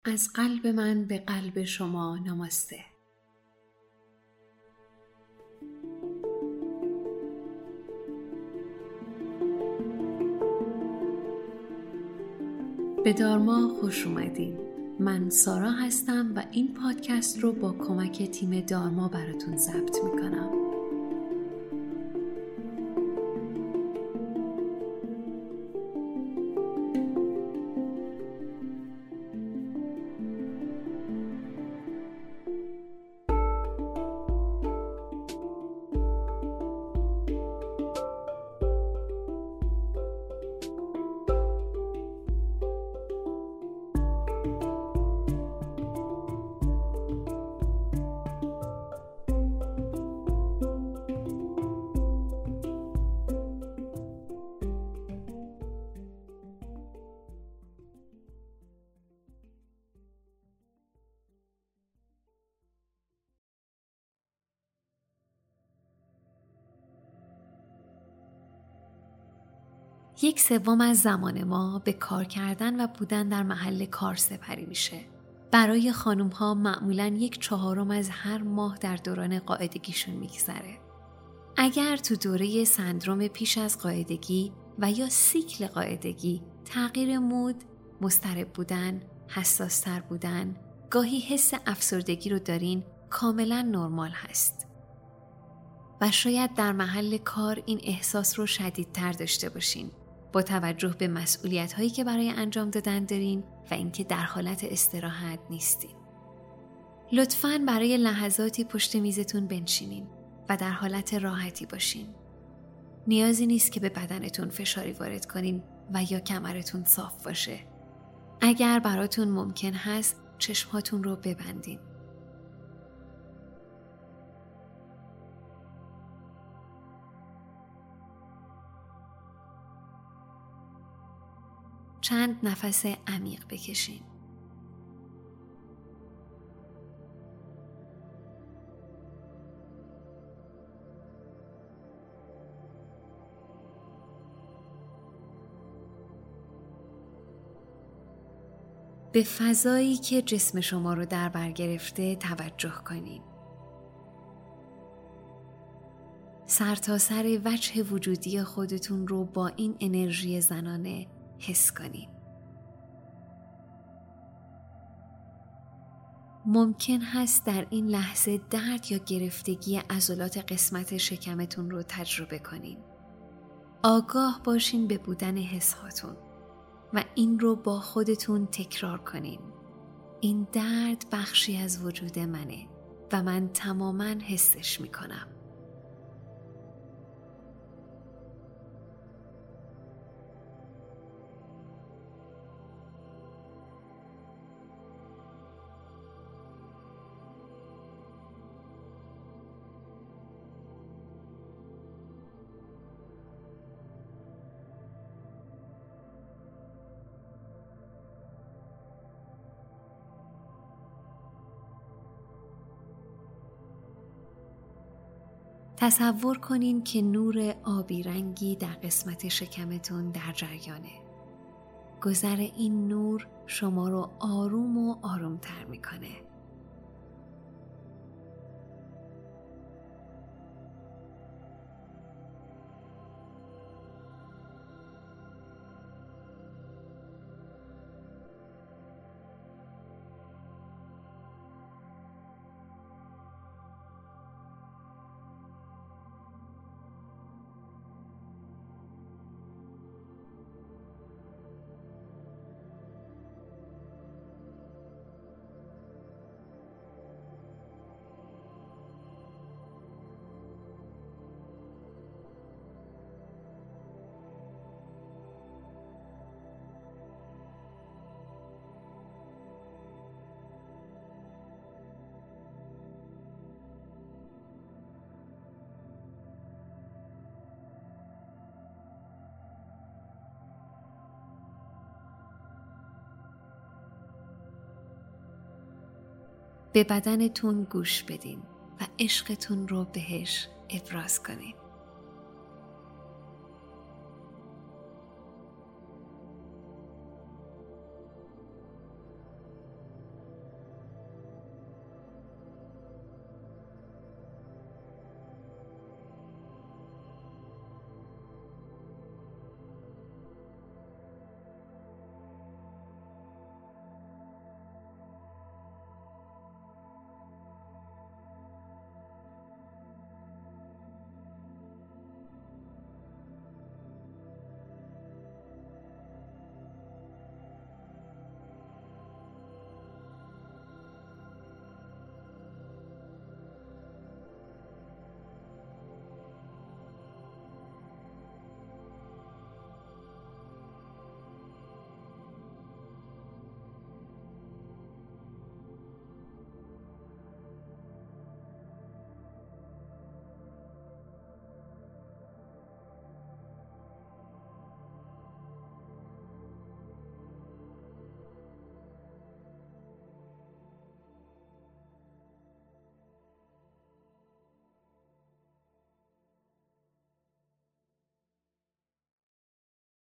از قلب من به قلب شما نماسته. به دارما خوش اومدین. من سارا هستم و این پادکست رو با کمک تیم دارما براتون ضبط میکنم. یک سوم از زمان ما به کار کردن و بودن در محل کار سپری میشه. برای خانوم ها معمولاً 1/4 از هر ماه در دوران قاعدگیشون میگذره. اگر تو دوره سندروم پیش از قاعدگی و یا سیکل قاعدگی تغییر مود، مضطرب بودن، حساس‌تر بودن، گاهی حس افسردگی رو دارین، کاملاً نرمال هست. و شاید در محل کار این احساس رو شدیدتر داشته باشین، با توجه به مسئولیت‌هایی که برای انجام دادن دارین و اینکه در حالت استراحت نیستین. لطفاً برای لحظاتی پشت میزتون بنشینین و در حالت راحتی باشین. نیازی نیست که به بدنتون فشاری وارد کنین و یا کمرتون صاف باشه. اگر براتون ممکن هست، چشماتون رو ببندین. چند نفس عمیق بکشین. به فضایی که جسم شما رو در بر گرفته توجه کنین. سرتاسر وجه وجودی خودتون رو با این انرژی زنانه حس کنین. ممکن هست در این لحظه درد یا گرفتگی عضلات قسمت شکمتون رو تجربه کنین. آگاه باشین به بودن حساتون و این رو با خودتون تکرار کنین. این درد بخشی از وجود منه و من تماماً حسش میکنم. تصور کنین که نور آبی رنگی در قسمت شکمتون در جریانه. گذر این نور شما رو آروم و آرومتر میکنه. به بدنتون گوش بدین و عشقتون رو بهش ابراز کنین.